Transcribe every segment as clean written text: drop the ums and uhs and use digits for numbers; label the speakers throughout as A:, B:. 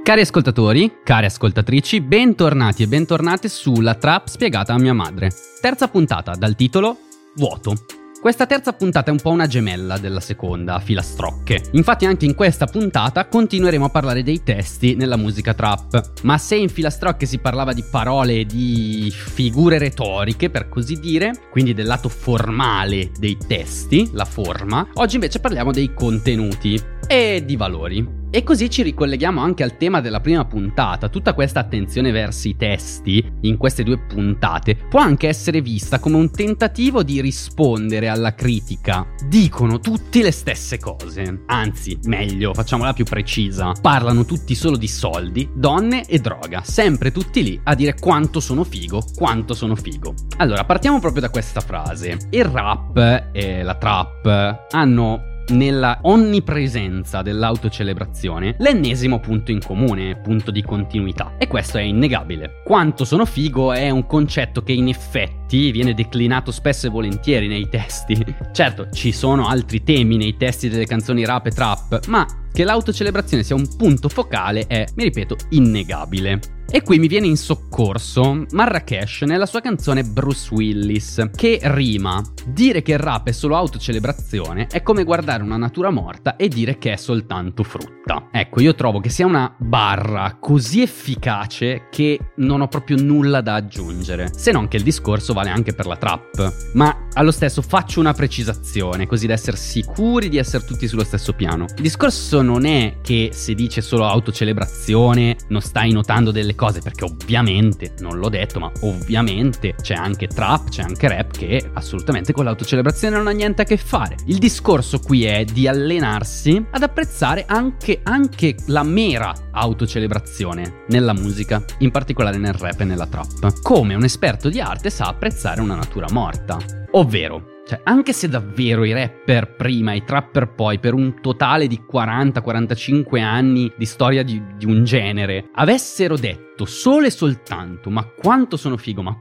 A: Cari ascoltatori, cari ascoltatrici, bentornati e bentornate sulla Trap spiegata a mia madre. Terza puntata dal titolo Vuoto. Questa terza puntata è un po' una gemella della seconda, a filastrocche. Infatti anche in questa puntata continueremo a parlare dei testi nella musica trap. Ma se in filastrocche si parlava di parole e di figure retoriche, per così dire, quindi del lato formale dei testi, la forma, oggi invece parliamo dei contenuti e di valori. E così ci ricolleghiamo anche al tema della prima puntata. Tutta questa attenzione verso i testi in queste due puntate può anche essere vista come un tentativo di rispondere alla critica. Dicono tutti le stesse cose, anzi, meglio, facciamola più precisa. Parlano tutti solo di soldi, donne e droga, sempre tutti lì a dire quanto sono figo, quanto sono figo. Allora, partiamo proprio da questa frase. Il rap e la trap hanno nella onnipresenza dell'autocelebrazione l'ennesimo punto in comune, punto di continuità, e questo è innegabile. Quanto sono figo è un concetto che in effetti viene declinato spesso e volentieri nei testi. Certo, ci sono altri temi nei testi delle canzoni rap e trap, ma che l'autocelebrazione sia un punto focale è, mi ripeto, innegabile. E qui mi viene in soccorso Marracash nella sua canzone Bruce Willis, che rima: dire che il rap è solo autocelebrazione è come guardare una natura morta e dire che è soltanto frutta. Ecco, io trovo che sia una barra così efficace che non ho proprio nulla da aggiungere, se non che il discorso vale anche per la trap. Ma allo stesso faccio una precisazione, così da essere sicuri di essere tutti sullo stesso piano. Il discorso non è che se dice solo autocelebrazione non stai notando delle cose, perché ovviamente, non l'ho detto, ma ovviamente c'è anche trap, c'è anche rap che assolutamente con l'autocelebrazione non ha niente a che fare. Il discorso qui è di allenarsi ad apprezzare anche la mera autocelebrazione nella musica, in particolare nel rap e nella trap, come un esperto di arte sa apprezzare una natura morta. Ovvero, anche se davvero i rapper prima e i trapper poi, per un totale di 40-45 anni di storia di un genere, avessero detto solo e soltanto ma quanto sono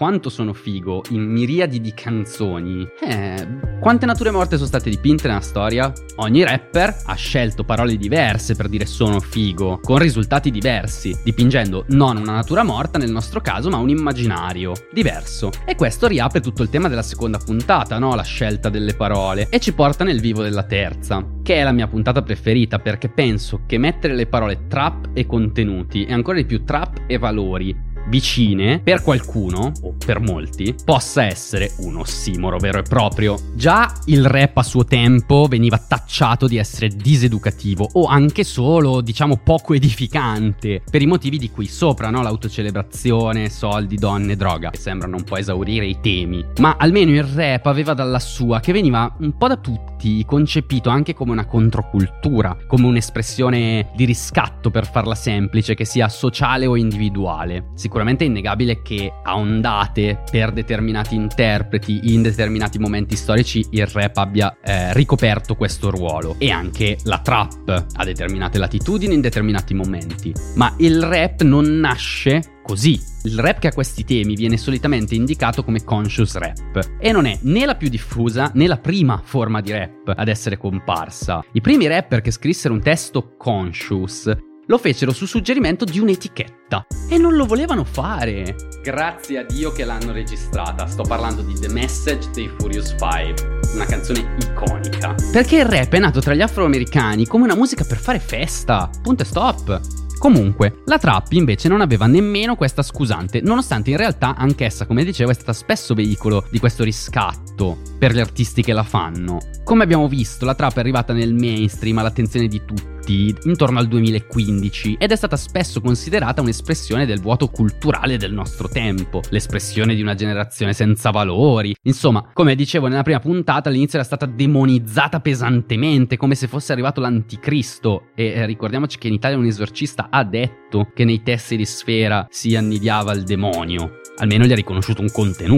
A: figo in miriadi di canzoni, quante nature morte sono state dipinte nella storia? Ogni rapper ha scelto parole diverse per dire sono figo, con risultati diversi, dipingendo non una natura morta nel nostro caso, ma un immaginario diverso. E questo riapre tutto il tema della seconda puntata, no? La scelta delle parole, e ci porta nel vivo della terza, che è la mia puntata preferita, perché penso che mettere le parole trap e contenuti, e ancora di più trap e valori, vicine, per qualcuno, o per molti, possa essere un ossimoro vero e proprio. Già il rap a suo tempo veniva tacciato di essere diseducativo o anche solo, diciamo, poco edificante, per i motivi di cui sopra, no? L'autocelebrazione, soldi, donne, droga, che sembrano un po' esaurire i temi. Ma almeno il rap aveva dalla sua, che veniva un po' da tutti concepito anche come una controcultura, come un'espressione di riscatto, per farla semplice, che sia sociale o individuale. Sicuramente è innegabile che a ondate, per determinati interpreti, in determinati momenti storici, il rap abbia ricoperto questo ruolo, e anche la trap a determinate latitudini in determinati momenti. Ma il rap non nasce così. Il rap che ha questi temi viene solitamente indicato come conscious rap, e non è né la più diffusa né la prima forma di rap ad essere comparsa. I primi rapper che scrissero un testo conscious lo fecero su suggerimento di un'etichetta e non lo volevano fare. Grazie a Dio che l'hanno registrata. Sto parlando di The Message dei Furious 5, una canzone iconica, perché il rap è nato tra gli afroamericani come una musica per fare festa, punto e stop. Comunque, la trap invece non aveva nemmeno questa scusante, nonostante in realtà anch'essa, come dicevo, è stata spesso veicolo di questo riscatto per gli artisti che la fanno. Come abbiamo visto, la trap è arrivata nel mainstream all'attenzione di tutti intorno al 2015 ed è stata spesso considerata un'espressione del vuoto culturale del nostro tempo, l'espressione di una generazione senza valori. Insomma, come dicevo nella prima puntata, all'inizio era stata demonizzata pesantemente, come se fosse arrivato l'anticristo, e ricordiamoci che in Italia un esorcista ha detto che nei testi di Sfera si annidiava il demonio. Almeno gli ha riconosciuto un contenuto.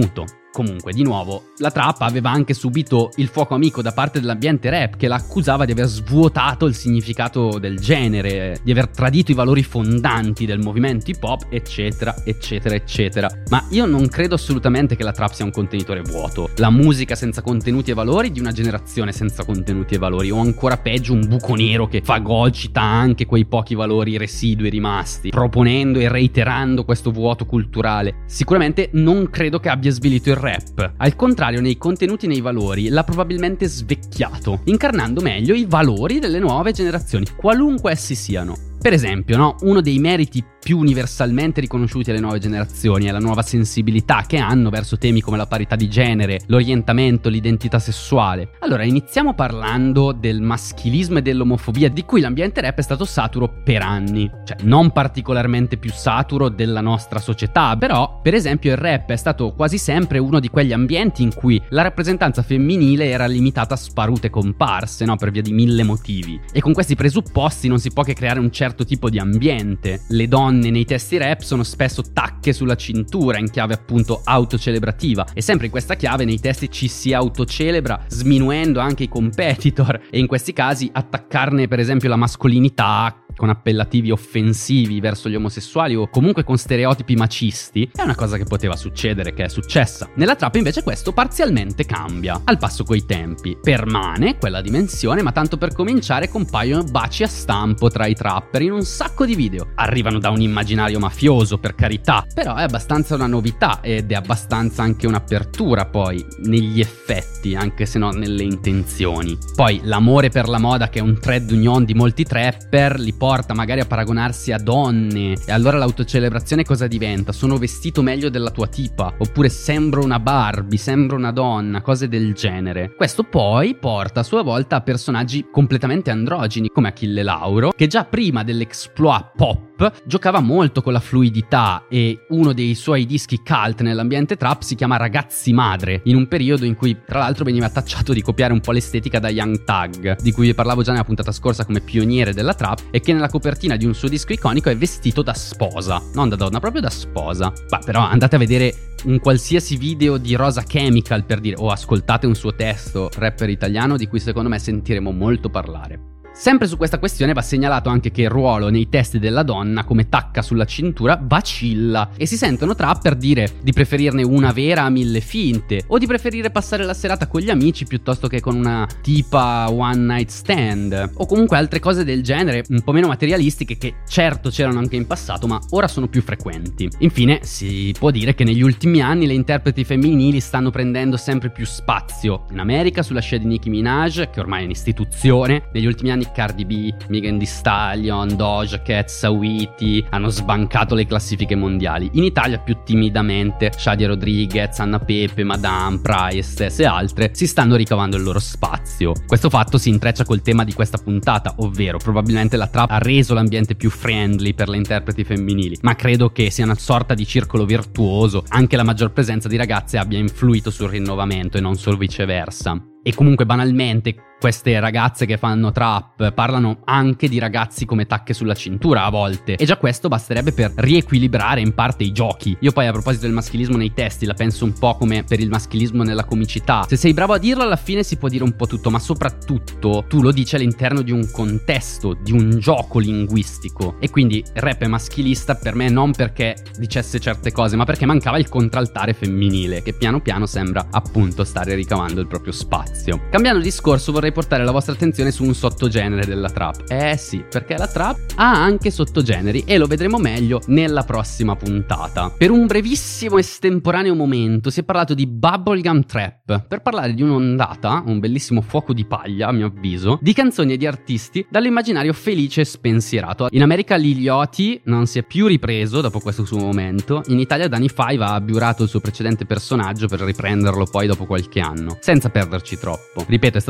A: Comunque, di nuovo, la trap aveva anche subito il fuoco amico da parte dell'ambiente rap, che la accusava di aver svuotato il significato del genere, di aver tradito i valori fondanti del movimento hip hop, eccetera, eccetera, eccetera. Ma io non credo assolutamente che la trap sia un contenitore vuoto, la musica senza contenuti e valori di una generazione senza contenuti e valori, o ancora peggio un buco nero che fagocita anche quei pochi valori residui rimasti, proponendo e reiterando questo vuoto culturale. Sicuramente non credo che abbia svilito il rap, al contrario, nei contenuti e nei valori l'ha probabilmente svecchiato, incarnando meglio i valori delle nuove generazioni, qualunque essi siano. Per esempio, no, uno dei meriti più universalmente riconosciuti alle nuove generazioni è la nuova sensibilità che hanno verso temi come la parità di genere, l'orientamento, l'identità sessuale. Allora, iniziamo parlando del maschilismo e dell'omofobia, di cui l'ambiente rap è stato saturo per anni. Cioè, non particolarmente più saturo della nostra società, però, per esempio, il rap è stato quasi sempre uno di quegli ambienti in cui la rappresentanza femminile era limitata a sparute comparse, no, per via di 1000 motivi. E con questi presupposti non si può che creare un certo tipo di ambiente. Le donne nei testi rap sono spesso tacche sulla cintura, in chiave appunto autocelebrativa, e sempre in questa chiave nei testi ci si autocelebra sminuendo anche i competitor, e in questi casi attaccarne per esempio la mascolinità con appellativi offensivi verso gli omosessuali o comunque con stereotipi macisti è una cosa che poteva succedere, che è successa. Nella trap invece questo parzialmente cambia, al passo coi tempi. Permane quella dimensione, ma tanto per cominciare compaiono baci a stampo tra i trapper in un sacco di video. Arrivano da un immaginario mafioso, per carità, però è abbastanza una novità ed è abbastanza anche un'apertura poi negli effetti, anche se non nelle intenzioni. Poi l'amore per la moda, che è un trade union di molti trapper, li porta magari a paragonarsi a donne, e allora l'autocelebrazione cosa diventa? Sono vestito meglio della tua tipa, oppure sembro una Barbie, sembro una donna, cose del genere. Questo poi porta a sua volta a personaggi completamente androgini come Achille Lauro, che già prima dell'exploit pop giocava molto con la fluidità, e uno dei suoi dischi cult nell'ambiente trap si chiama Ragazzi Madre, in un periodo in cui tra l'altro veniva tacciato di copiare un po' l'estetica da Young Thug, di cui vi parlavo già nella puntata scorsa come pioniere della trap, e che nella copertina di un suo disco iconico è vestito da sposa, non da donna, proprio da sposa. Beh, però andate a vedere un qualsiasi video di Rosa Chemical, per dire, o ascoltate un suo testo, rapper italiano di cui secondo me sentiremo molto parlare. Sempre su questa questione va segnalato anche che il ruolo nei testi della donna come tacca sulla cintura vacilla, e si sentono trapper dire di preferirne una vera a 1000 finte, o di preferire passare la serata con gli amici piuttosto che con una tipa one night stand, o comunque altre cose del genere un po' meno materialistiche, che certo c'erano anche in passato ma ora sono più frequenti. Infine si può dire che negli ultimi anni le interpreti femminili stanno prendendo sempre più spazio. In America sulla scia di Nicki Minaj, che ormai è un'istituzione, negli ultimi anni Cardi B, Megan Thee Stallion, Doja Cat, Saweetie hanno sbancato le classifiche mondiali. In Italia più timidamente Shadia Rodriguez, Anna Pepe, Madame, Priestess e altre si stanno ricavando il loro spazio. Questo fatto si intreccia col tema di questa puntata, ovvero probabilmente la trap ha reso l'ambiente più friendly per le interpreti femminili, ma credo che sia una sorta di circolo virtuoso. Anche la maggior presenza di ragazze abbia influito sul rinnovamento e non solo viceversa. E comunque banalmente queste ragazze che fanno trap parlano anche di ragazzi come tacche sulla cintura a volte, e già questo basterebbe per riequilibrare in parte i giochi. Io poi a proposito del maschilismo nei testi la penso un po' come per il maschilismo nella comicità: se sei bravo a dirlo alla fine si può dire un po' tutto, ma soprattutto tu lo dici all'interno di un contesto, di un gioco linguistico. E quindi il rap è maschilista per me non perché dicesse certe cose, ma perché mancava il contraltare femminile, che piano piano sembra appunto stare ricavando il proprio spazio. Cambiando discorso, vorrei portare la vostra attenzione su un sottogenere della trap. Sì, perché la trap ha anche sottogeneri, e lo vedremo meglio nella prossima puntata. Per un brevissimo estemporaneo momento si è parlato di bubblegum trap, per parlare di un'ondata, un bellissimo fuoco di paglia a mio avviso, di canzoni e di artisti dall'immaginario felice e spensierato. In America Lil Yachty non si è più ripreso dopo questo suo momento. In Italia Danny Five ha abiurato il suo precedente personaggio per riprenderlo poi dopo qualche anno, senza perderci troppo. Ripeto, è stato un fuoco di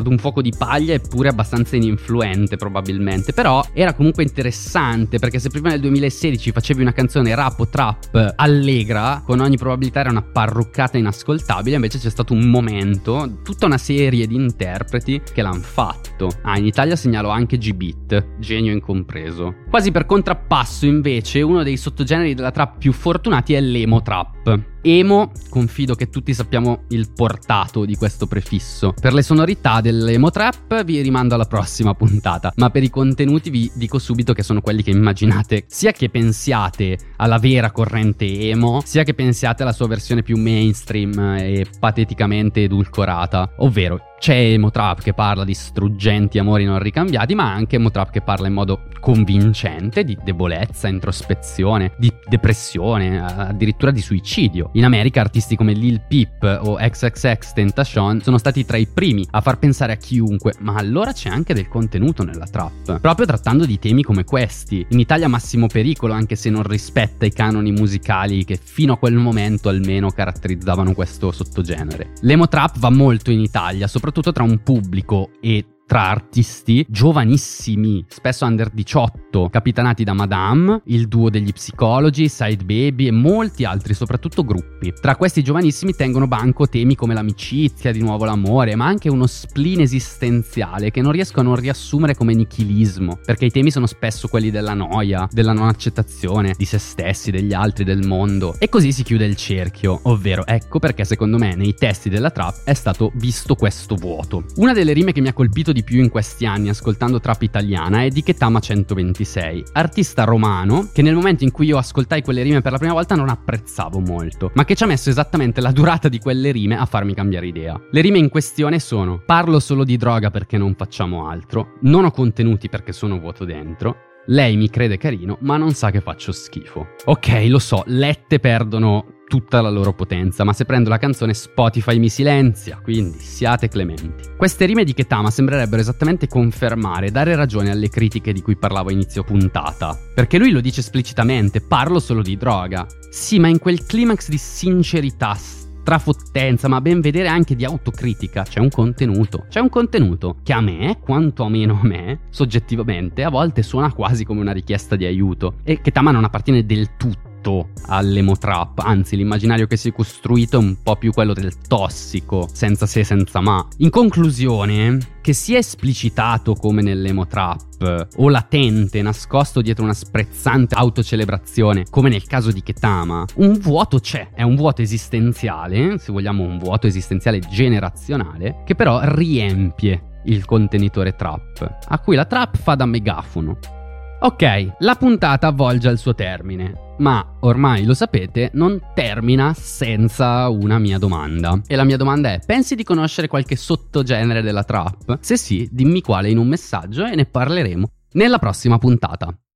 A: di paglia eppure abbastanza ininfluente probabilmente, però era comunque interessante perché se prima nel 2016 facevi una canzone rap o trap allegra, con ogni probabilità era una parruccata inascoltabile, invece c'è stato un momento, tutta una serie di interpreti che l'hanno fatto. In Italia segnalo anche G-Beat, genio incompreso. Quasi per contrappasso invece uno dei sottogeneri della trap più fortunati è l'emo trap. Emo, confido che tutti sappiamo il portato di questo prefisso. Per le sonorità dell'emo trap vi rimando alla prossima puntata, ma per i contenuti vi dico subito che sono quelli che immaginate, sia che pensiate alla vera corrente emo, sia che pensiate alla sua versione più mainstream e pateticamente edulcorata, ovvero c'è emo trap che parla di struggenti amori non ricambiati, ma anche emo trap che parla in modo convincente di debolezza, introspezione, di depressione, addirittura di suicidio. In America artisti come Lil Peep o XXXTentacion sono stati tra i primi a far pensare a chiunque, ma allora c'è anche del contenuto nella trap, proprio trattando di temi come questi. In Italia Massimo Pericolo, anche se non rispetta i canoni musicali che fino a quel momento almeno caratterizzavano questo sottogenere. L'emo trap va molto in Italia, soprattutto tra un pubblico e tra artisti giovanissimi, spesso under 18, capitanati da Madame, il duo degli Psicologi, Side Baby e molti altri, soprattutto gruppi. Tra questi giovanissimi tengono banco temi come l'amicizia, di nuovo l'amore, ma anche uno spleen esistenziale che non riesco a non riassumere come nichilismo, perché i temi sono spesso quelli della noia, della non accettazione di se stessi, degli altri, del mondo. E così si chiude il cerchio, ovvero ecco perché secondo me nei testi della trap è stato visto questo vuoto. Una delle rime che mi ha colpito di più in questi anni ascoltando trap italiana è di Ketama 126, artista romano che nel momento in cui io ascoltai quelle rime per la prima volta non apprezzavo molto, ma che ci ha messo esattamente la durata di quelle rime a farmi cambiare idea. Le rime in questione sono: parlo solo di droga perché non facciamo altro, non ho contenuti perché sono vuoto dentro, lei mi crede carino ma non sa che faccio schifo. Ok, lo so, lette perdono tutta la loro potenza, ma se prendo la canzone Spotify mi silenzia, quindi siate clementi. Queste rime di Ketama sembrerebbero esattamente confermare e dare ragione alle critiche di cui parlavo a inizio puntata, perché lui lo dice esplicitamente: parlo solo di droga. Sì, ma in quel climax di sincerità, strafottenza, ma a ben vedere anche di autocritica, c'è un contenuto che a me, quanto a meno a me, soggettivamente, a volte suona quasi come una richiesta di aiuto, e Ketama non appartiene del tutto all'emo trap, anzi l'immaginario che si è costruito è un po' più quello del tossico, senza se senza ma. In conclusione, che sia esplicitato come nell'emo trap o latente, nascosto dietro una sprezzante autocelebrazione come nel caso di Ketama, un vuoto c'è, è un vuoto esistenziale, se vogliamo un vuoto esistenziale generazionale, che però riempie il contenitore trap, a cui la trap fa da megafono. Ok, la puntata avvolge al suo termine, ma ormai lo sapete, non termina senza una mia domanda. E la mia domanda è: pensi di conoscere qualche sottogenere della trap? Se sì, dimmi quale in un messaggio e ne parleremo nella prossima puntata.